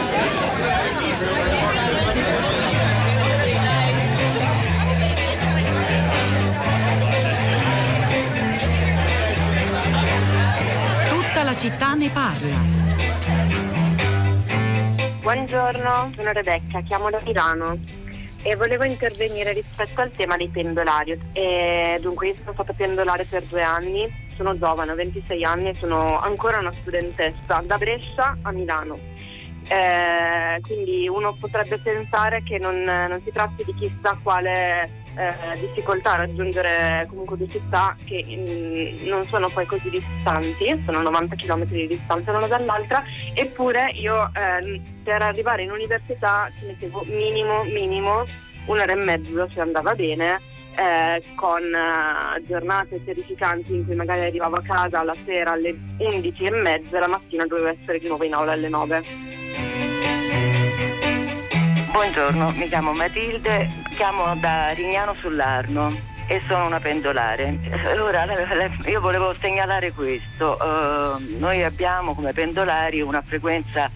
Tutta la città ne parla. Buongiorno, sono Rebecca, chiamo da Milano e volevo intervenire rispetto al tema dei pendolari. Dunque io sono stata pendolare per 2 anni, sono giovane, ho 26 anni e sono ancora una studentessa, da Brescia a Milano. Quindi uno potrebbe pensare che non si tratti di chissà quale difficoltà a raggiungere comunque 2 città che non sono poi così distanti, sono 90 km di distanza l'una dall'altra, eppure io per arrivare in università ci mettevo minimo 1 ora e mezzo se andava bene, con giornate terrificanti in cui magari arrivavo a casa alla sera alle 11:30 e la mattina dovevo essere di nuovo in aula alle 9. Buongiorno, mi chiamo Matilde, chiamo da Rignano sull'Arno e sono una pendolare. Allora, io volevo segnalare questo. Noi abbiamo come pendolari una frequenza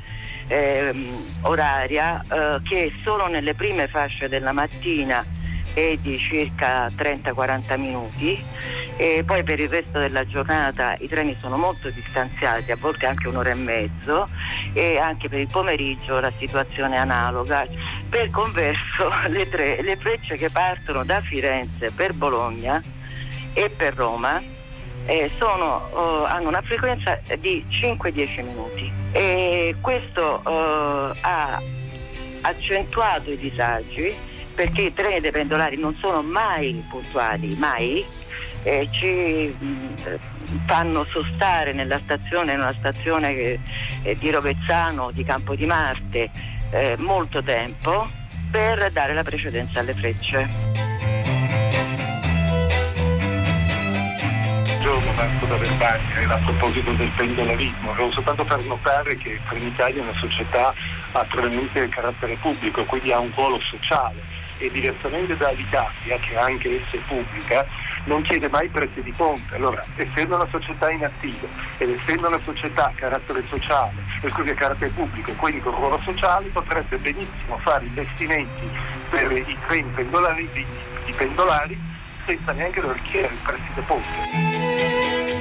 oraria che solo nelle prime fasce della mattina è di circa 30-40 minuti e poi per il resto della giornata i treni sono molto distanziati, a volte anche 1 ora e mezzo, e anche per il pomeriggio la situazione è analoga. Per converso le frecce che partono da Firenze per Bologna e per Roma hanno una frequenza di 5-10 minuti e questo ha accentuato i disagi perché i treni dei pendolari non sono mai puntuali, mai, ci fanno sostare in una stazione di Rovezzano, di Campo di Marte, molto tempo per dare la precedenza alle frecce. Buongiorno, Marco da Verbania, a proposito del pendolarismo, volevo soltanto far notare che Trenitalia è una società a prevalente carattere pubblico, quindi ha un ruolo sociale e diversamente da Alitalia, che anche essa è pubblica, non chiede mai prezzi di ponte. Allora, essendo una società in attivo ed essendo una società a carattere sociale, a carattere pubblico e quindi con ruolo sociale, potrebbe benissimo fare investimenti per i treni pendolari, di pendolari senza neanche dover chiedere il prezzo di ponte.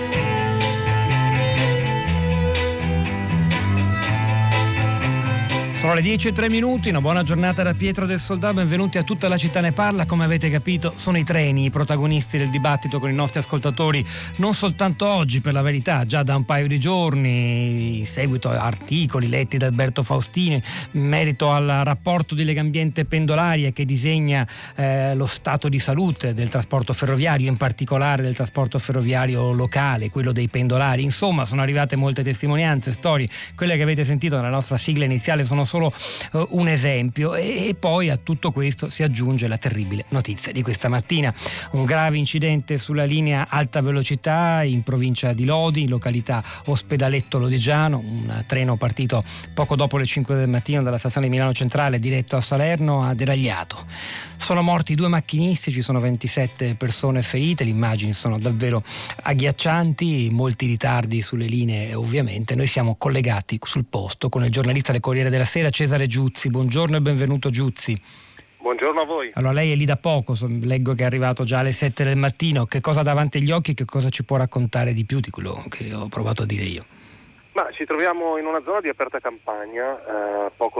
Sono le 10:03, una buona giornata da Pietro del Soldà, benvenuti a Tutta la città ne parla. Come avete capito sono i treni i protagonisti del dibattito con i nostri ascoltatori, non soltanto oggi per la verità, già da un paio di giorni, in seguito a articoli letti da Alberto Faustini in merito al rapporto di Legambiente Pendolaria che disegna lo stato di salute del trasporto ferroviario, in particolare del trasporto ferroviario locale, quello dei pendolari. Insomma, sono arrivate molte testimonianze, storie, quelle che avete sentito nella nostra sigla iniziale sono solo un esempio e poi a tutto questo si aggiunge la terribile notizia di questa mattina: un grave incidente sulla linea alta velocità in provincia di Lodi, in località Ospedaletto Lodigiano. Un treno partito poco dopo le 5 del mattino dalla stazione di Milano Centrale diretto a Salerno ha deragliato. Sono morti 2 macchinisti, ci sono 27 persone ferite, le immagini sono davvero agghiaccianti, molti ritardi sulle linee ovviamente. Noi siamo collegati sul posto con il giornalista del Corriere della Sera Cesare Giuzzi. Buongiorno e benvenuto Giuzzi. Buongiorno a voi. Allora, lei è lì da poco, leggo che è arrivato già alle 7 del mattino. Che cosa ha davanti agli occhi e che cosa ci può raccontare di più di quello che ho provato a dire io? Ma ci troviamo in una zona di aperta campagna, poco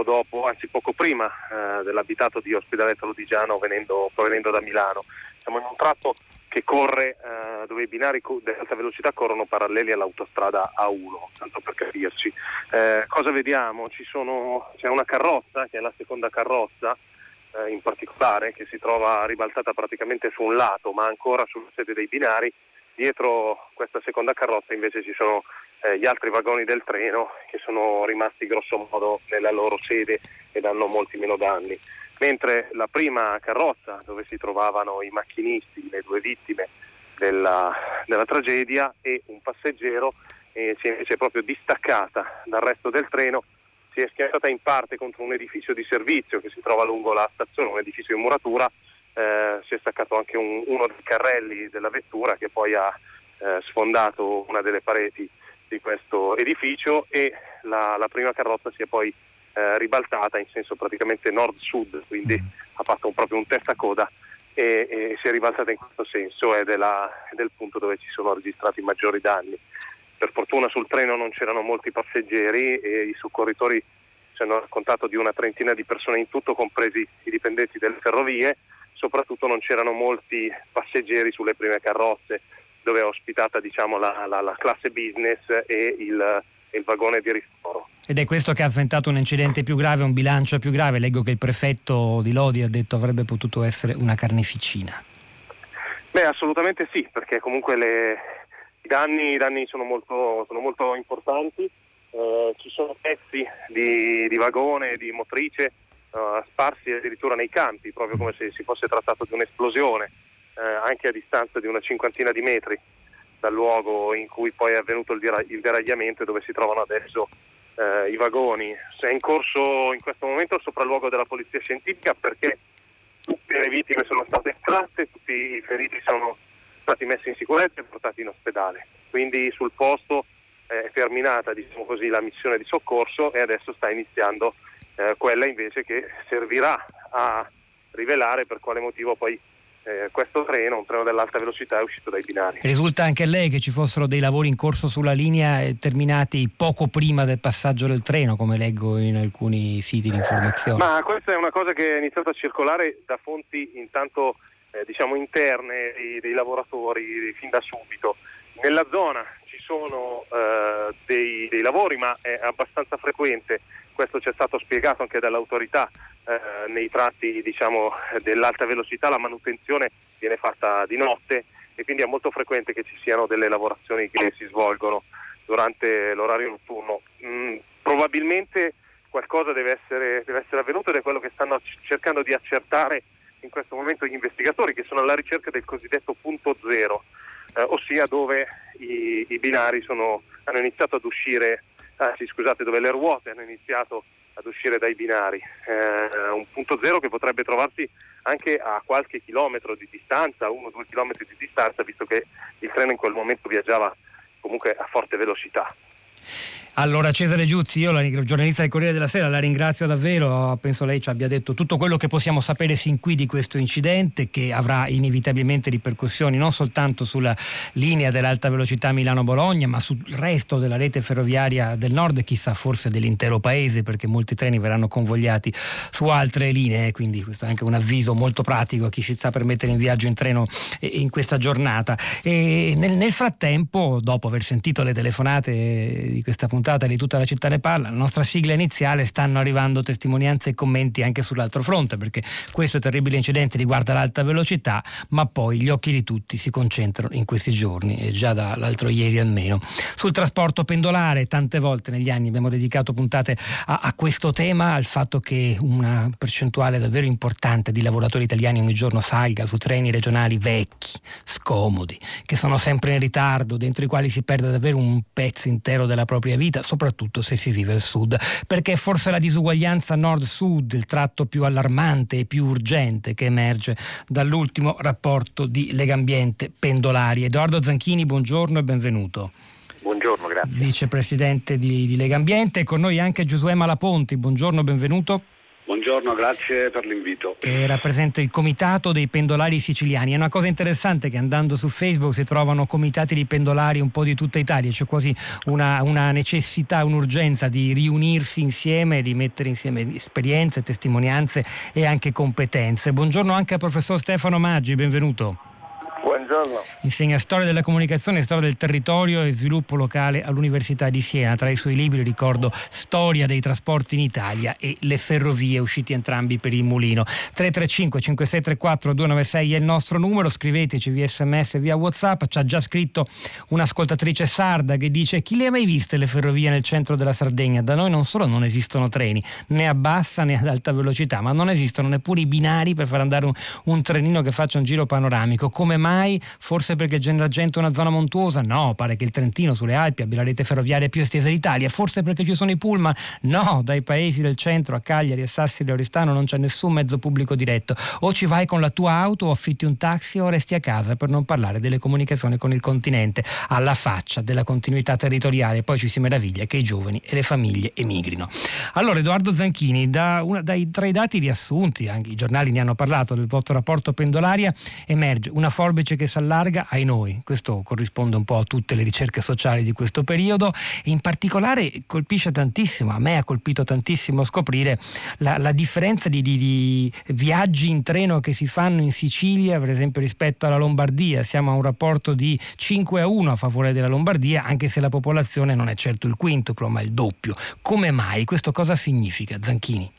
prima dell'abitato di Ospedaletto Lodigiano provenendo da Milano. Siamo in un tratto che corre dove i binari di alta velocità corrono paralleli all'autostrada A1, tanto per capirci. Cosa vediamo? C'è una carrozza, che è la seconda carrozza in particolare, che si trova ribaltata praticamente su un lato, ma ancora sulla sede dei binari. Dietro questa seconda carrozza invece ci sono gli altri vagoni del treno che sono rimasti grosso modo nella loro sede ed hanno molti meno danni. Mentre la prima carrozza, dove si trovavano i macchinisti, le 2 vittime della tragedia e un passeggero, si è invece proprio distaccata dal resto del treno, si è schiantata in parte contro un edificio di servizio che si trova lungo la stazione, un edificio in muratura. Si è staccato anche uno dei carrelli della vettura che poi ha sfondato una delle pareti di questo edificio e la prima carrozza si è poi ribaltata in senso praticamente nord-sud, quindi ha fatto proprio un testacoda e si è ribaltata in questo senso ed è del punto dove ci sono registrati maggiori danni. Per fortuna sul treno non c'erano molti passeggeri e i soccorritori ci hanno raccontato di una trentina di persone in tutto, compresi i dipendenti delle ferrovie. Soprattutto non c'erano molti passeggeri sulle prime carrozze, dove è ospitata la classe business e il vagone di ristoro. Ed è questo che ha sventato un incidente più grave, un bilancio più grave. Leggo che il prefetto di Lodi ha detto avrebbe potuto essere una carneficina. Beh, assolutamente sì, perché comunque i danni sono molto importanti. Ci sono pezzi di vagone, di motrice sparsi addirittura nei campi, proprio come se si fosse trattato di un'esplosione, anche a distanza di una cinquantina di metri dal luogo in cui poi è avvenuto il deragliamento e dove si trovano adesso i vagoni. È in corso in questo momento il sopralluogo della polizia scientifica, perché tutte le vittime sono state estratte, tutti i feriti sono stati messi in sicurezza e portati in ospedale. Quindi sul posto è terminata, diciamo così, la missione di soccorso e adesso sta iniziando quella invece che servirà a rivelare per quale motivo poi questo treno, un treno dell'alta velocità, è uscito dai binari. Risulta anche a lei che ci fossero dei lavori in corso sulla linea terminati poco prima del passaggio del treno, come leggo in alcuni siti di informazione? Ma questa è una cosa che è iniziata a circolare da fonti intanto interne dei lavoratori fin da subito. Nella zona ci sono dei lavori, ma è abbastanza frequente. Questo ci è stato spiegato anche dall'autorità. Nei tratti dell'alta velocità la manutenzione viene fatta di notte e quindi è molto frequente che ci siano delle lavorazioni che si svolgono durante l'orario notturno. Probabilmente qualcosa deve essere avvenuto ed è quello che stanno cercando di accertare in questo momento gli investigatori, che sono alla ricerca del cosiddetto punto zero, ossia dove i binari hanno iniziato ad uscire, dove le ruote hanno iniziato ad uscire dai binari, un punto zero che potrebbe trovarsi anche a qualche chilometro di distanza, 1-2 chilometri di distanza, visto che il treno in quel momento viaggiava comunque a forte velocità. Allora Cesare Giuzzi, io giornalista del Corriere della Sera, la ringrazio davvero, penso lei ci abbia detto tutto quello che possiamo sapere sin qui di questo incidente, che avrà inevitabilmente ripercussioni non soltanto sulla linea dell'alta velocità Milano-Bologna, ma sul resto della rete ferroviaria del nord e chissà forse dell'intero paese, perché molti treni verranno convogliati su altre linee, quindi questo è anche un avviso molto pratico a chi si sta per mettere in viaggio in treno in questa giornata. E nel frattempo, dopo aver sentito le telefonate di questa puntata di Tutta la città ne parla, la nostra sigla iniziale, stanno arrivando testimonianze e commenti anche sull'altro fronte, perché questo terribile incidente riguarda l'alta velocità, ma poi gli occhi di tutti si concentrano in questi giorni, e già dall'altro ieri almeno, sul trasporto pendolare. Tante volte negli anni abbiamo dedicato puntate a questo tema, al fatto che una percentuale davvero importante di lavoratori italiani ogni giorno salga su treni regionali vecchi, scomodi, che sono sempre in ritardo, dentro i quali si perde davvero un pezzo intero della propria vita, soprattutto se si vive al sud, perché forse la disuguaglianza nord-sud, il tratto più allarmante e più urgente che emerge dall'ultimo rapporto di Legambiente pendolari. Edoardo Zanchini, buongiorno e benvenuto. Buongiorno, grazie. Vicepresidente di Legambiente, e con noi anche Giosuè Malaponti, buongiorno, benvenuto. Buongiorno, grazie per l'invito. Che rappresenta il comitato dei pendolari siciliani. È una cosa interessante che andando su Facebook si trovano comitati di pendolari un po' di tutta Italia, c'è quasi una necessità, un'urgenza di riunirsi insieme, di mettere insieme esperienze, testimonianze e anche competenze. Buongiorno anche al professor Stefano Maggi, benvenuto. Buongiorno. Insegna storia della comunicazione, storia del territorio e sviluppo locale all'Università di Siena. Tra i suoi libri ricordo Storia dei trasporti in Italia e Le ferrovie, usciti entrambi per il Mulino. 335 5634 296 è il nostro numero, scriveteci via SMS, via WhatsApp. Ci ha già scritto un'ascoltatrice sarda che dice: chi le ha mai viste le ferrovie nel centro della Sardegna? Da noi non solo non esistono treni, né a bassa né ad alta velocità, ma non esistono neppure i binari per far andare un trenino che faccia un giro panoramico. Come mai mai? Forse perché il Gennargentu è una zona montuosa? No, pare che il Trentino sulle Alpi abbia la rete ferroviaria più estesa d'Italia. Forse perché ci sono i pullman? No, dai paesi del centro a Cagliari, a Sassari e Oristano non c'è nessun mezzo pubblico diretto. O ci vai con la tua auto o affitti un taxi o resti a casa, per non parlare delle comunicazioni con il continente, alla faccia della continuità territoriale. Poi ci si meraviglia che i giovani e le famiglie emigrino. Allora, Edoardo Zanchini, tra i dati riassunti, anche i giornali ne hanno parlato, del vostro rapporto pendolaria, emerge una forbice che si allarga ai noi. Questo corrisponde un po' a tutte le ricerche sociali di questo periodo, e in particolare colpisce tantissimo, a me ha colpito tantissimo scoprire la differenza di viaggi in treno che si fanno in Sicilia, per esempio, rispetto alla Lombardia. Siamo a un rapporto di 5-1 a favore della Lombardia, anche se la popolazione non è certo il quintuplo, ma il doppio. Come mai? Questo cosa significa, Zanchini?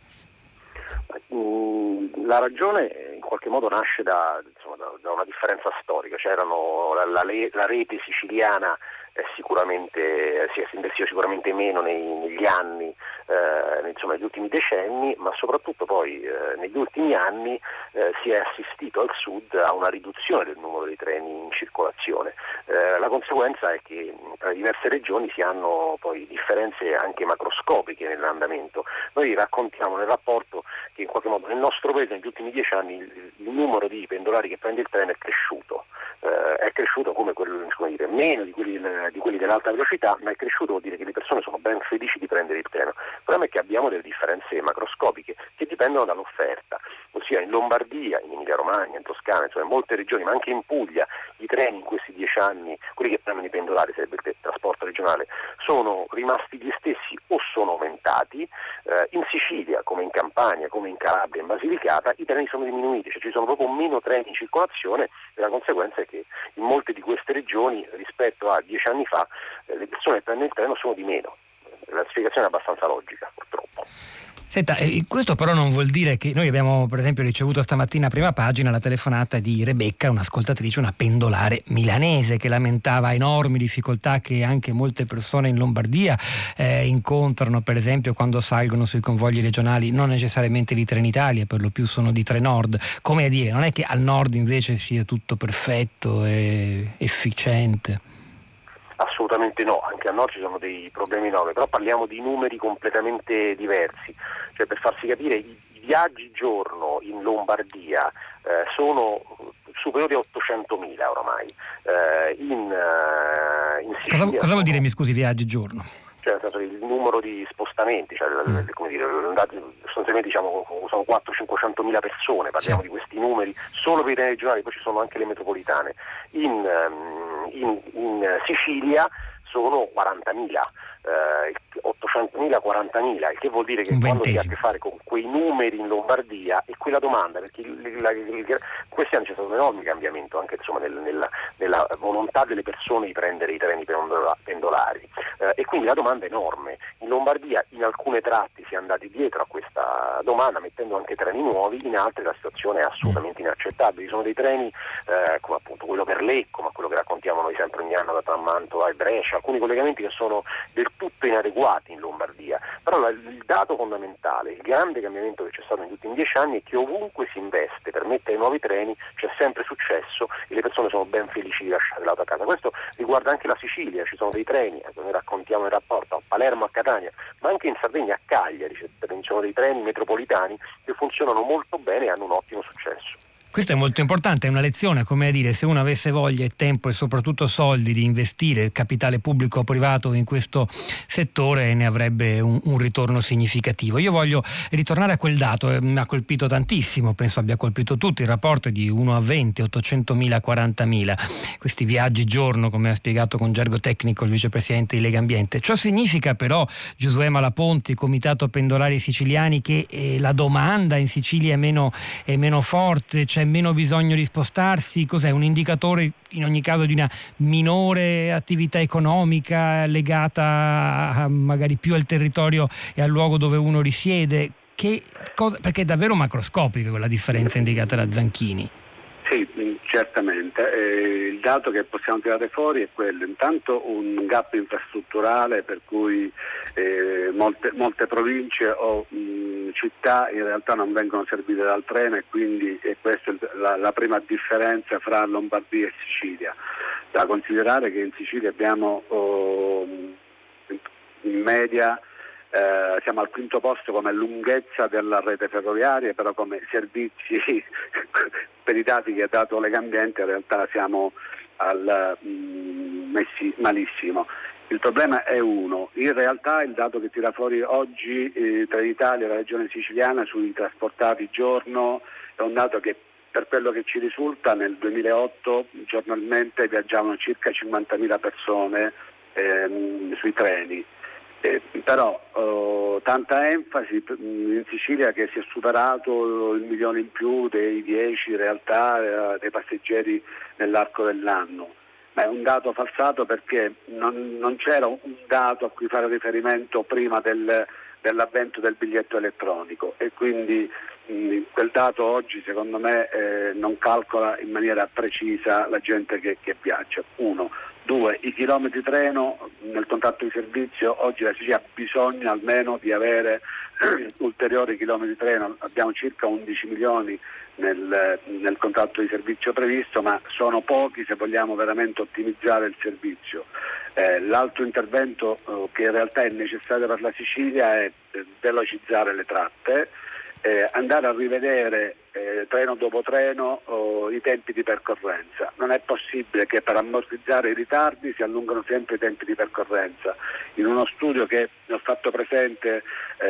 La ragione in qualche modo nasce da una differenza storica. C'erano la rete siciliana sicuramente si è investito sicuramente meno negli anni, negli ultimi decenni, ma soprattutto poi negli ultimi anni si è assistito al sud a una riduzione del numero di treni in circolazione. La conseguenza è che tra diverse regioni si hanno poi differenze anche macroscopiche nell'andamento. Noi raccontiamo nel rapporto che in qualche modo nel nostro paese negli ultimi 10 anni il numero di pendolari che prende il treno è cresciuto come meno di quelli dell'alta velocità, ma è cresciuto, vuol dire che le persone sono ben felici di prendere il treno. Il problema è che abbiamo delle differenze macroscopiche che dipendono dall'offerta, ossia in Lombardia, in Emilia Romagna, in Toscana, insomma in molte regioni, ma anche in Puglia, i treni in questi 10 anni, quelli che prendono i pendolari, sarebbe il trasporto regionale, sono rimasti gli stessi o sono aumentati. In Sicilia, come in Campania, come in Calabria, in Basilicata, i treni sono diminuiti, cioè ci sono proprio meno treni in circolazione, e la conseguenza è che in molte di queste regioni rispetto a 10 anni fa le persone che prendono il treno sono di meno. La spiegazione è abbastanza logica, purtroppo. Senta, questo però non vuol dire che noi abbiamo per esempio ricevuto stamattina a prima pagina la telefonata di Rebecca, un'ascoltatrice, una pendolare milanese, che lamentava enormi difficoltà che anche molte persone in Lombardia incontrano, per esempio quando salgono sui convogli regionali, non necessariamente di Trenitalia, per lo più sono di Trenord. Come a dire, non è che al nord invece sia tutto perfetto e efficiente? Assolutamente no, anche a nord ci sono dei problemi enormi, però parliamo di numeri completamente diversi. Cioè, per farsi capire, i viaggi giorno in Lombardia sono superiori a 800.000 oramai. In Sicilia cosa vuol dire, mi scusi, viaggi giorno? Cioè, nel senso, il numero di spostamenti, cioè, sostanzialmente sono 400-500.000 persone, parliamo di questi numeri solo per i treni regionali, poi ci sono anche le metropolitane. In Sicilia sono 40.000, 800.000, 40.000, il che vuol dire che quando si ha a che fare con quei numeri in Lombardia è quella domanda, perché in questi anni c'è stato un enorme cambiamento anche nella volontà delle persone di prendere i treni pendolari, e quindi la domanda è enorme. In Lombardia in alcune tratti si è andati dietro a questa domanda mettendo anche treni nuovi, in altre la situazione è assolutamente inaccettabile. Ci sono dei treni come appunto quello per Lecco, ma quello che raccontiamo noi sempre ogni anno da Mantova e Brescia, alcuni collegamenti che sono del tutto inadeguati in Lombardia. Però il dato fondamentale, il grande cambiamento che c'è stato negli ultimi 10 anni è che ovunque si investe per mettere nuovi treni c'è sempre successo e le persone sono ben felici di lasciare l'auto a casa. Questo riguarda anche la Sicilia, ci sono dei treni, noi raccontiamo il rapporto a Palermo, a Catania, ma anche in Sardegna, a Cagliari, ci sono dei treni metropolitani che funzionano molto bene e hanno un ottimo successo. Questo è molto importante, è una lezione, come a dire, se uno avesse voglia e tempo e soprattutto soldi di investire capitale pubblico o privato in questo settore, ne avrebbe un ritorno significativo. Io voglio ritornare a quel dato, mi ha colpito tantissimo, penso abbia colpito tutti, il rapporto di 1 a 20, 800.000, 40.000, questi viaggi giorno, come ha spiegato con gergo tecnico il vicepresidente di Lega Ambiente. Ciò significa però, Giosuè Malaponti, Comitato Pendolari Siciliani, che la domanda in Sicilia è meno forte, c'è meno bisogno di spostarsi? Cos'è? Un indicatore in ogni caso di una minore attività economica legata magari più al territorio e al luogo dove uno risiede? Perché è davvero macroscopica quella differenza indicata da Zanchini. Sì, certamente. Il dato che possiamo tirare fuori è quello, intanto un gap infrastrutturale per cui molte province o città in realtà non vengono servite dal treno, e quindi questa è la prima differenza fra Lombardia e Sicilia. Da considerare che in Sicilia abbiamo in media siamo al quinto posto come lunghezza della rete ferroviaria, però come servizi per i dati che ha dato Legambiente in realtà siamo messi malissimo. Il problema è uno: in realtà il dato che tira fuori oggi Trenitalia e la regione siciliana sui trasportati giorno è un dato che, per quello che ci risulta, nel 2008 giornalmente viaggiavano circa 50.000 persone sui treni. Però tanta enfasi in Sicilia che si è superato il milione in più dei 10 in realtà dei passeggeri nell'arco dell'anno. Ma è un dato falsato, perché non c'era un dato a cui fare riferimento prima dell'avvento del biglietto elettronico, e quindi quel dato oggi secondo me non calcola in maniera precisa la gente che viaggia. 1. 2. I chilometri treno nel contratto di servizio, oggi la Sicilia ha bisogno almeno di avere ulteriori chilometri treno. Abbiamo circa 11 milioni nel contratto di servizio previsto, ma sono pochi se vogliamo veramente ottimizzare il servizio. L'altro intervento che in realtà è necessario per la Sicilia è velocizzare le tratte, andare a rivedere treno dopo treno i tempi di percorrenza. Non è possibile che per ammortizzare i ritardi si allungano sempre i tempi di percorrenza. In uno studio che ho fatto presente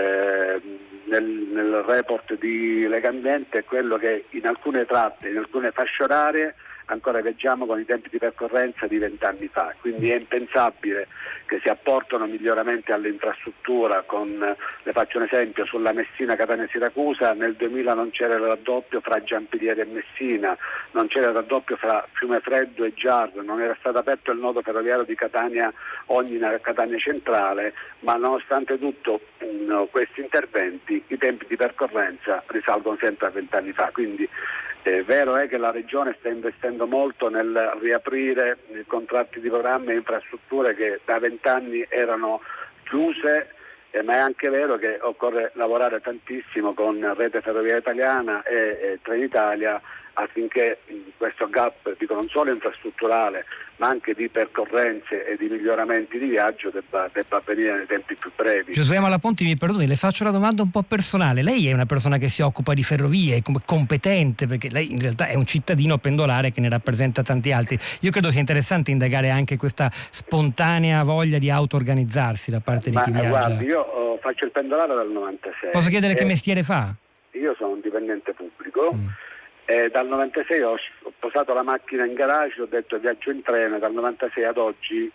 nel report di Legambiente è quello che in alcune tratte, in alcune fasce orarie ancora viaggiamo con i tempi di percorrenza di 20 anni fa, quindi è impensabile che si apportano miglioramenti all'infrastruttura. Le faccio un esempio: sulla Messina-Catania-Siracusa nel 2000 non c'era il raddoppio fra Giampilieri e Messina, non c'era il raddoppio fra Fiumefreddo e Giarre, non era stato aperto il nodo ferroviario di Catania-Ognina-Catania Centrale, ma nonostante tutto questi interventi i tempi di percorrenza risalgono sempre a 20 anni fa. Quindi vero è che la Regione sta investendo molto nel riaprire contratti di programma e infrastrutture che da 20 anni erano chiuse, ma è anche vero che occorre lavorare tantissimo con Rete Ferroviaria Italiana e Trenitalia affinché questo gap, dico, non solo infrastrutturale ma anche di percorrenze e di miglioramenti di viaggio debba avvenire nei tempi più brevi. Giosuè Malaponti, mi perdoni, le faccio una domanda un po' personale. Lei è una persona che si occupa di ferrovie, è competente, perché lei in realtà è un cittadino pendolare che ne rappresenta tanti altri. Io credo sia interessante indagare anche questa spontanea voglia di auto-organizzarsi da parte di chi viaggia. Guardi, io faccio il pendolare dal 96. Posso chiedere che mestiere fa? Io sono un dipendente pubblico. Dal 96 ho posato la macchina in garage, ho detto viaggio in treno, dal 96 ad oggi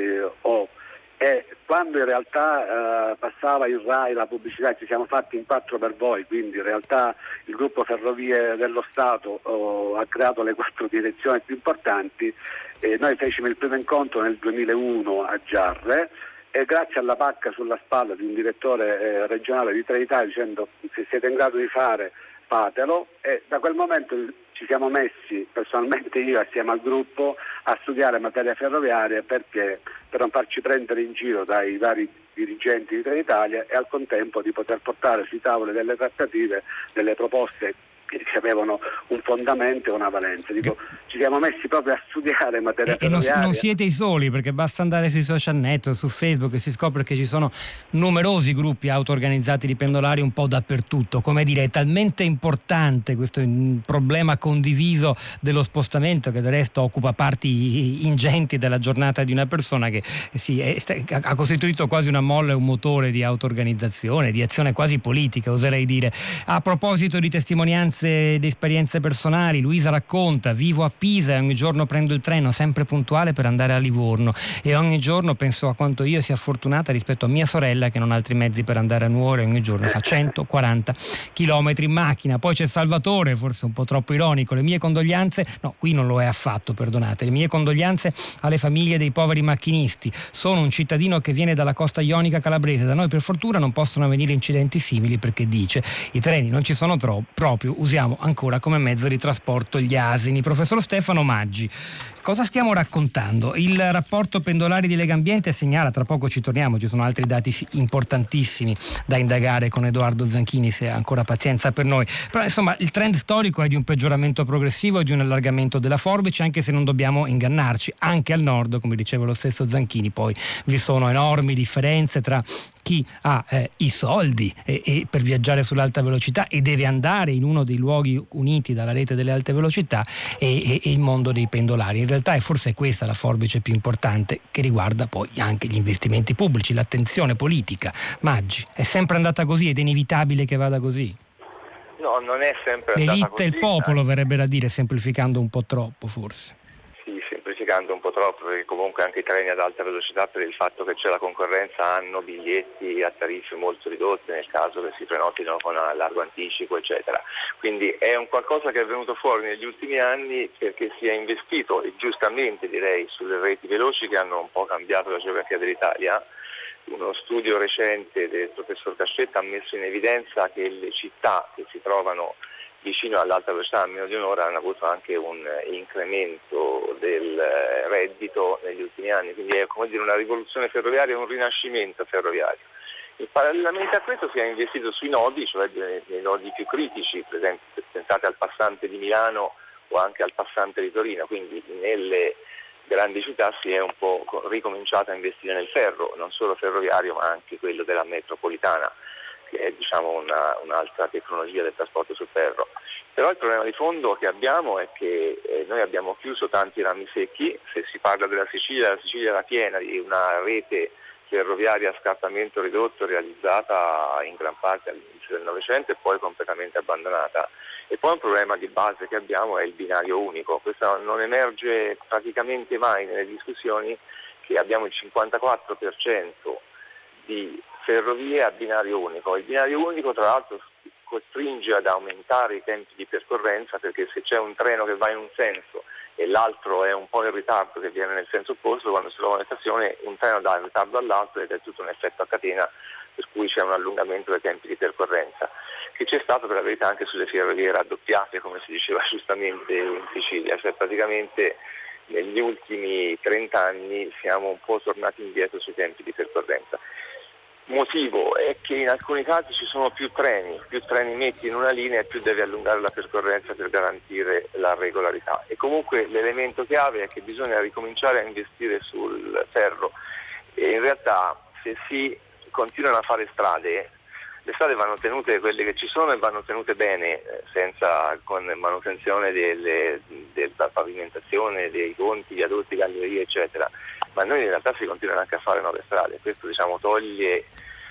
quando in realtà passava il RAI, la pubblicità, ci siamo fatti in 4 per voi, quindi in realtà il gruppo Ferrovie dello Stato ha creato le 4 direzioni più importanti. Noi fecimo il primo incontro nel 2001 a Giarre, e grazie alla pacca sulla spalla di un direttore regionale di Trenitalia dicendo: se siete in grado di fare, fatelo. E da quel momento ci siamo messi, personalmente io assieme al gruppo, a studiare materia ferroviaria, perché per non farci prendere in giro dai vari dirigenti di Trenitalia e al contempo di poter portare sui tavoli delle trattative delle proposte che avevano un fondamento e una valenza. Dico, ci siamo messi proprio a studiare materia ferroviaria. E non siete i soli, perché basta andare sui social network, su Facebook, e si scopre che ci sono numerosi gruppi auto-organizzati di pendolari un po' dappertutto. Come dire, è talmente importante questo problema condiviso dello spostamento, che del resto occupa parti ingenti della giornata di una persona, che ha costituito quasi una molla e un motore di auto-organizzazione, di azione quasi politica, oserei dire. A proposito di testimonianze di esperienze personali, Luisa racconta: vivo a Pisa e ogni giorno prendo il treno sempre puntuale per andare a Livorno, e ogni giorno penso a quanto io sia fortunata rispetto a mia sorella che non ha altri mezzi per andare a Nuoro, e ogni giorno fa 140 chilometri in macchina. Poi c'è Salvatore, forse un po' troppo ironico: le mie condoglianze, no, qui non lo è affatto, perdonate, le mie condoglianze alle famiglie dei poveri macchinisti. Sono un cittadino che viene dalla costa ionica calabrese, da noi per fortuna non possono avvenire incidenti simili, perché dice: i treni non ci sono proprio, usiamo ancora come mezzo di trasporto gli asini. Professor Stefano Maggi, cosa stiamo raccontando? Il rapporto pendolari di Legambiente segnala, tra poco ci torniamo, ci sono altri dati importantissimi da indagare con Edoardo Zanchini, se ha ancora pazienza per noi, però insomma il trend storico è di un peggioramento progressivo e di un allargamento della forbice, anche se non dobbiamo ingannarci, anche al nord, come diceva lo stesso Zanchini, poi vi sono enormi differenze tra chi ha i soldi e per viaggiare sull'alta velocità e deve andare in uno dei luoghi uniti dalla rete delle alte velocità e il mondo dei pendolari. In realtà è forse questa la forbice più importante, che riguarda poi anche gli investimenti pubblici, l'attenzione politica. Maggi, è sempre andata così ed è inevitabile che vada così? No, non è sempre andata così. L'elite e il popolo, verrebbe da dire, semplificando un po' troppo forse. Sì, semplificando un po' troppo, perché comunque anche i treni ad alta velocità, per il fatto che c'è la concorrenza, hanno biglietti a tariffe molto ridotte nel caso che si prenotino con largo anticipo, eccetera. Quindi è un qualcosa che è venuto fuori negli ultimi anni perché si è investito, e giustamente direi, sulle reti veloci che hanno un po' cambiato la geografia dell'Italia. Uno studio recente del professor Cascetta ha messo in evidenza che le città che si trovano vicino all'alta velocità a meno di un'ora hanno avuto anche un incremento del reddito negli ultimi anni, quindi è come dire una rivoluzione ferroviaria, un rinascimento ferroviario. E parallelamente a questo si è investito sui nodi, cioè nei nodi più critici, per esempio pensate al passante di Milano o anche al passante di Torino, quindi nelle grandi città si è un po' ricominciato a investire nel ferro, non solo ferroviario ma anche quello della metropolitana, che è un'altra tecnologia del trasporto sul ferro. Però il problema di fondo che abbiamo è che noi abbiamo chiuso tanti rami secchi. Se si parla della Sicilia, la Sicilia era piena di una rete ferroviaria a scartamento ridotto realizzata in gran parte all'inizio del Novecento e poi completamente abbandonata. E poi un problema di base che abbiamo è il binario unico. Questo non emerge praticamente mai nelle discussioni, che abbiamo il 54% di ferrovie a binario unico. Il binario unico tra l'altro costringe ad aumentare i tempi di percorrenza, perché se c'è un treno che va in un senso e l'altro è un po' in ritardo che viene nel senso opposto, quando si trova in stazione un treno dà il ritardo all'altro ed è tutto un effetto a catena, per cui c'è un allungamento dei tempi di percorrenza, che c'è stato per la verità anche sulle ferrovie raddoppiate, come si diceva giustamente in Sicilia, cioè praticamente negli ultimi 30 anni siamo un po' tornati indietro sui tempi di percorrenza. Motivo è che in alcuni casi ci sono più treni metti in una linea e più devi allungare la percorrenza per garantire la regolarità. E comunque l'elemento chiave è che bisogna ricominciare a investire sul ferro, e in realtà se si continuano a fare strade, le strade vanno tenute, quelle che ci sono, e vanno tenute bene, con manutenzione della pavimentazione, dei ponti, viadotti, gallerie, eccetera. Ma noi in realtà si continuano anche a fare nuove strade. Questo toglie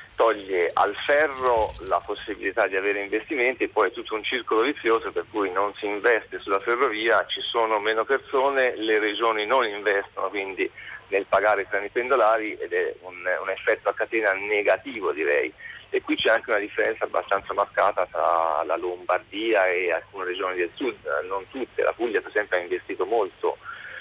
al ferro la possibilità di avere investimenti, e poi è tutto un circolo vizioso per cui non si investe sulla ferrovia, ci sono meno persone, le regioni non investono quindi nel pagare i treni pendolari, ed è un effetto a catena negativo, direi. E qui c'è anche una differenza abbastanza marcata tra la Lombardia e alcune regioni del sud, non tutte. La Puglia per esempio ha investito molto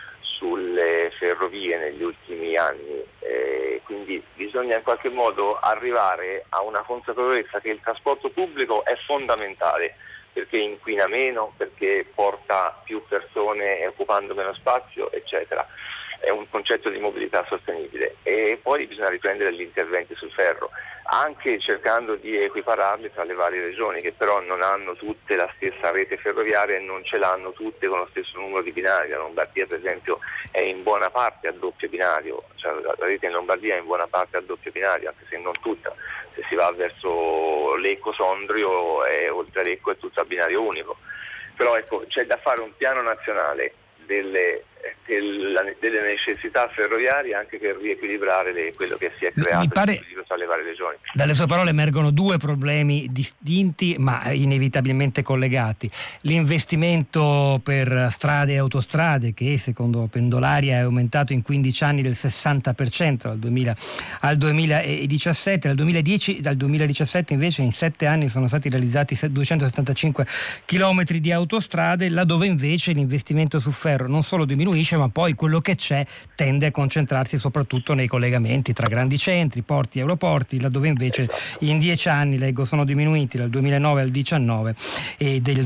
sulle ferrovie negli ultimi anni, quindi bisogna in qualche modo arrivare a una consapevolezza che il trasporto pubblico è fondamentale, perché inquina meno, perché porta più persone occupando meno spazio, eccetera. È un concetto di mobilità sostenibile. E poi bisogna riprendere gli interventi sul ferro, anche cercando di equipararli tra le varie regioni, che però non hanno tutte la stessa rete ferroviaria e non ce l'hanno tutte con lo stesso numero di binari. La Lombardia per esempio è in buona parte a doppio binario, cioè la rete in Lombardia è in buona parte a doppio binario, anche se non tutta. Se si va verso Lecco-Sondrio, oltre a Lecco è tutto a binario unico. Però ecco, c'è da fare un piano nazionale delle necessità ferroviarie, anche per riequilibrare quello che si è creato tra le varie regioni. Dalle sue parole emergono due problemi distinti ma inevitabilmente collegati: l'investimento per strade e autostrade, che secondo Pendolaria è aumentato in 15 anni del 60% dal 2000 al 2017. Dal 2017 invece in 7 anni sono stati realizzati 275 chilometri di autostrade, laddove invece l'investimento su ferro non solo diminuisce diminuisce, ma poi quello che c'è tende a concentrarsi soprattutto nei collegamenti tra grandi centri, porti e aeroporti, laddove invece in 10 anni, leggo, sono diminuiti dal 2009 al 2019 e del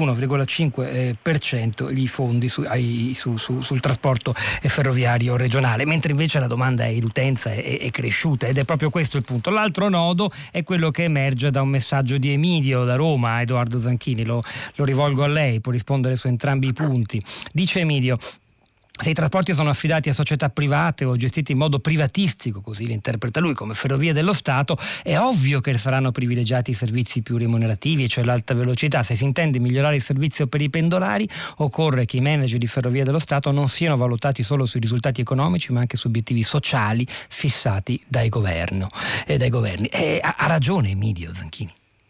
21,5% i fondi sul trasporto ferroviario regionale, mentre invece la domanda e l'utenza è cresciuta, ed è proprio questo il punto. L'altro nodo è quello che emerge da un messaggio di Emidio da Roma. Edoardo Zanchini, lo rivolgo a lei, può rispondere su entrambi i punti. Dice Emidio: se i trasporti sono affidati a società private o gestiti in modo privatistico, così li interpreta lui, come Ferrovie dello Stato, è ovvio che saranno privilegiati i servizi più remunerativi, cioè l'alta velocità. Se si intende migliorare il servizio per i pendolari, occorre che i manager di Ferrovie dello Stato non siano valutati solo sui risultati economici, ma anche su obiettivi sociali fissati dai governi. Ha ragione Emidio Zanchini?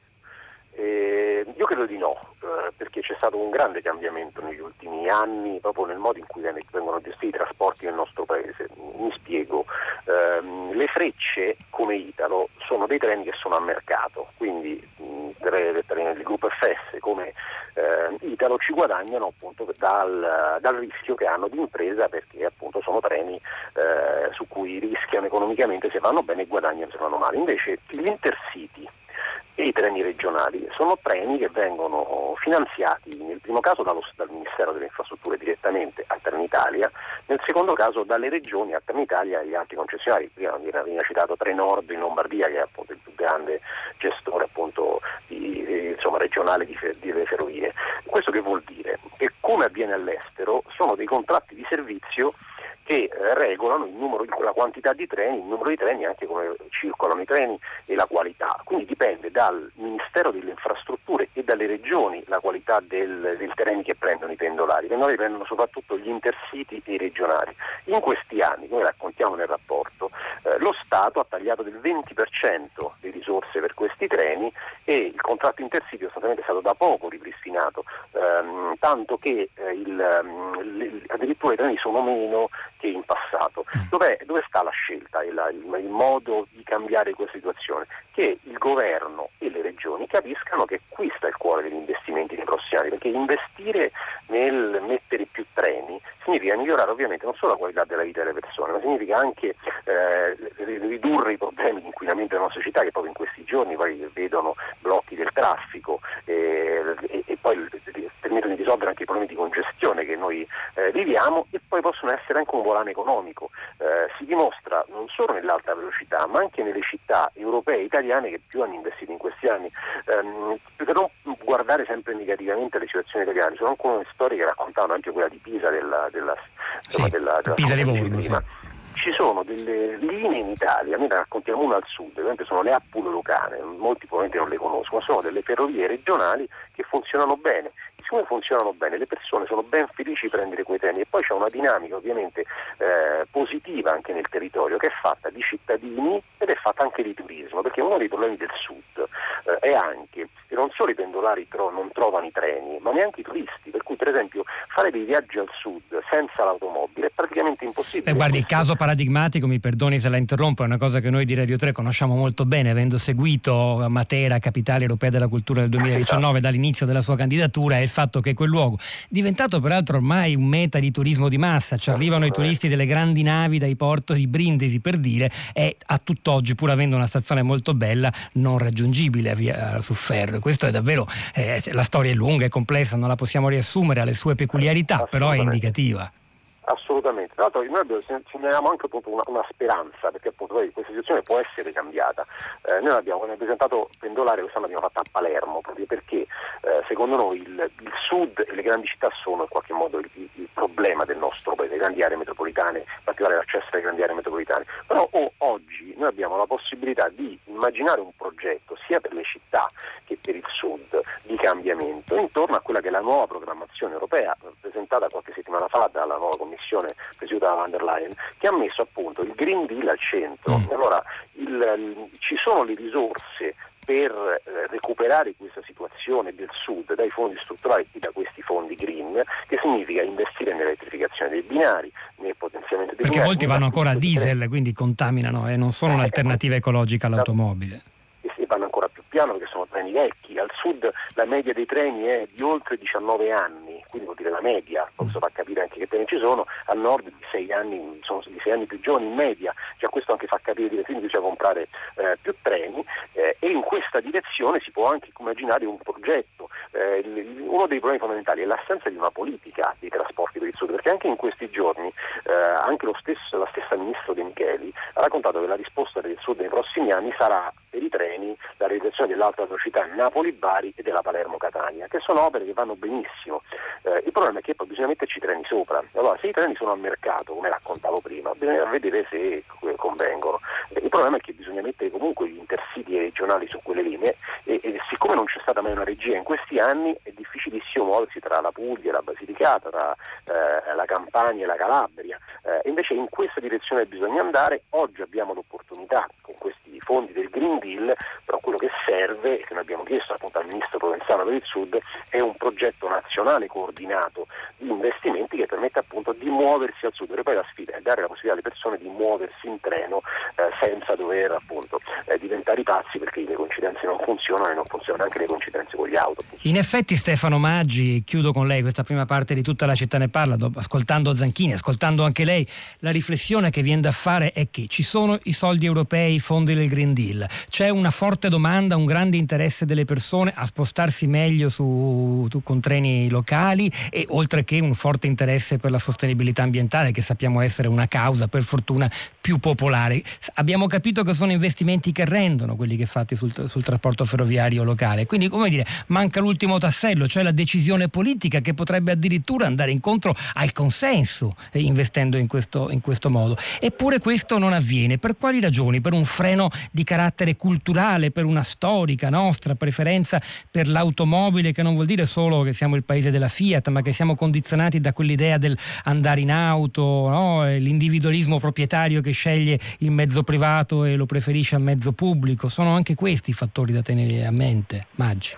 Io credo di no, perché c'è stato un grande cambiamento negli ultimi anni proprio nel modo in cui vengono gestiti i trasporti nel nostro paese. Mi spiego, le Frecce come Italo sono dei treni che sono a mercato, quindi treni del gruppo FS come Italo ci guadagnano appunto dal rischio che hanno di impresa, perché appunto sono treni su cui rischiano economicamente se vanno bene e guadagnano se vanno male. Invece gli Intercity e i treni regionali sono treni che vengono finanziati nel primo caso dal Ministero delle Infrastrutture direttamente a Trenitalia, nel secondo caso dalle regioni a Trenitalia e agli altri concessionari. Prima veniva citato Trenord in Lombardia, che è appunto il più grande gestore appunto regionale delle ferrovie. Questo che vuol dire? Che, come avviene all'estero, sono dei contratti di servizio che regolano la quantità di treni, il numero di treni, anche come circolano i treni e la qualità. Quindi dipende dal Ministero delle Infrastrutture e dalle regioni la qualità del treni che prendono i pendolari. I pendolari prendono soprattutto gli Intercity e i regionali. In questi anni, come raccontiamo nel rapporto, lo Stato ha tagliato del 20% le risorse per questi treni e il contratto Intercity sostanzialmente è stato da poco ripristinato, tanto che addirittura i treni sono meno che in passato. Dove sta la scelta, il modo di cambiare questa situazione? Che il governo e le regioni capiscano che qui sta il cuore degli investimenti nei prossimi anni, perché investire nel mettere più treni significa migliorare ovviamente non solo la qualità della vita delle persone, ma significa anche ridurre i problemi di inquinamento della nostra città, che proprio in questi giorni poi vedono blocchi del traffico e poi permettono di risolvere anche i problemi di congestione che noi viviamo, e poi possono essere anche un volano economico. Si dimostra non solo nell'alta velocità, ma anche nelle città europee e italiane che più hanno investito in questi anni. Per non guardare sempre negativamente le situazioni italiane, sono alcune storie che raccontavano, anche quella di Pisa della Pisa Livorno. Sì. Ci sono delle linee in Italia, noi ne raccontiamo una al sud, ovviamente sono le Appulo-Lucane, molti probabilmente non le conoscono, ma sono delle ferrovie regionali che funzionano bene. Siccome funzionano bene, le persone sono ben felici di prendere quei treni, e poi c'è una dinamica ovviamente positiva anche nel territorio, che è fatta di cittadini ed è fatta anche di turismo, perché uno dei problemi del sud è anche che non solo i pendolari non trovano i treni, ma neanche i turisti, per cui per esempio fare dei viaggi al sud senza l'automobile è praticamente impossibile. Guardi, il caso paradigmatico, mi perdoni se la interrompo, è una cosa che noi di Radio 3 conosciamo molto bene, avendo seguito Matera, capitale europea della cultura del 2019 dall'inizio della sua candidatura, è il fatto che quel luogo, diventato peraltro ormai un meta di turismo di massa, ci arrivano i turisti delle grandi navi dai porti di Brindisi, per dire, è a tutt'oggi, pur avendo una stazione molto bella, non raggiungibile via su ferro. Questo è davvero, la storia è lunga, è complessa, non la possiamo riassumere, ha le sue peculiarità, però è indicativa. Assolutamente. Tra l'altro noi segnaliamo anche appunto una speranza, perché appunto poi questa situazione può essere cambiata. Noi abbiamo presentato pendolare, quest'anno l'abbiamo fatta a Palermo, proprio perché secondo noi il sud e le grandi città sono in qualche modo il problema del nostro paese, le grandi aree metropolitane, in particolare l'accesso alle grandi aree metropolitane. Però oggi noi abbiamo la possibilità di immaginare un progetto sia per le città che per il sud di cambiamento intorno a quella che è la nuova programmazione europea presentata qualche settimana fa dalla nuova commissione presieduta da Van der Leyen, che ha messo appunto il Green Deal al centro. Allora ci sono le risorse per recuperare questa situazione del sud dai fondi strutturali e da questi fondi green, che significa investire nell'elettrificazione dei binari, nel potenziamento dei binari. Perché molti vanno ancora a diesel, quindi contaminano e non sono un'alternativa ecologica all'automobile. E vanno ancora più piano, perché sono treni vecchi. Al sud la media dei treni è di oltre 19 anni, quindi vuol dire la media, posso far capire anche che treni ci sono, al nord di 6 anni, sono di 6 anni più giovani in media, già questo anche fa capire che quindi bisogna comprare più treni, e in questa direzione si può anche immaginare un progetto. Uno dei problemi fondamentali è l'assenza di una politica dei trasporti per il sud, perché anche in questi giorni anche la stessa ministro De Micheli ha raccontato che la risposta del sud nei prossimi anni sarà per i treni la realizzazione dell'alta velocità Napoli-Bari e della Palermo-Catania, che sono opere che vanno benissimo. Il problema è che poi bisogna metterci i treni sopra. Allora, se i treni sono a mercato, come raccontavo prima, bisogna vedere se convengono. Il problema è che bisogna mettere comunque gli intercity regionali su quelle linee e siccome non c'è stata mai una regia in questi anni, è difficilissimo muoversi tra la Puglia e la Basilicata, tra la Campania e la Calabria. Invece in questa direzione bisogna andare. Oggi abbiamo l'opportunità con questi fondi del Green Deal, però quello che serve, e che noi abbiamo chiesto appunto al ministro Provenzano per il Sud, è un progetto nazionale coordinato di investimenti che permette appunto di muoversi al sud, perché poi la sfida è dare la possibilità alle persone di muoversi in treno senza dover appunto diventare pazzi perché le coincidenze non funzionano, e non funzionano anche le coincidenze con gli autobus. In effetti, Stefano Maggi, chiudo con lei questa prima parte di Tutta la città ne parla, ascoltando Zanchini, ascoltando anche lei, la riflessione che viene da fare è che ci sono i soldi europei, i fondi del Green Deal, c'è una forte domanda, un grande interesse delle persone a spostarsi meglio con treni locali, e oltre che un forte interesse per la sostenibilità ambientale, che sappiamo essere una causa per fortuna più popolare. Abbiamo capito che sono investimenti che rendono, quelli che fatti sul trasporto ferroviario locale, quindi come dire, manca l'ultimo tassello, cioè la decisione politica, che potrebbe addirittura andare incontro al consenso investendo in questo modo. Eppure questo non avviene. Per quali ragioni? Per un freno di carattere culturale, per una storica nostra preferenza per l'automobile, che non vuol dire solo che siamo il paese della Fiat, ma che siamo condizionati da quell'idea del andare in auto, no? L'individualismo proprietario che sceglie il mezzo privato e lo preferisce al mezzo pubblico. Sono anche questi i fattori da tenere a mente, Maggi.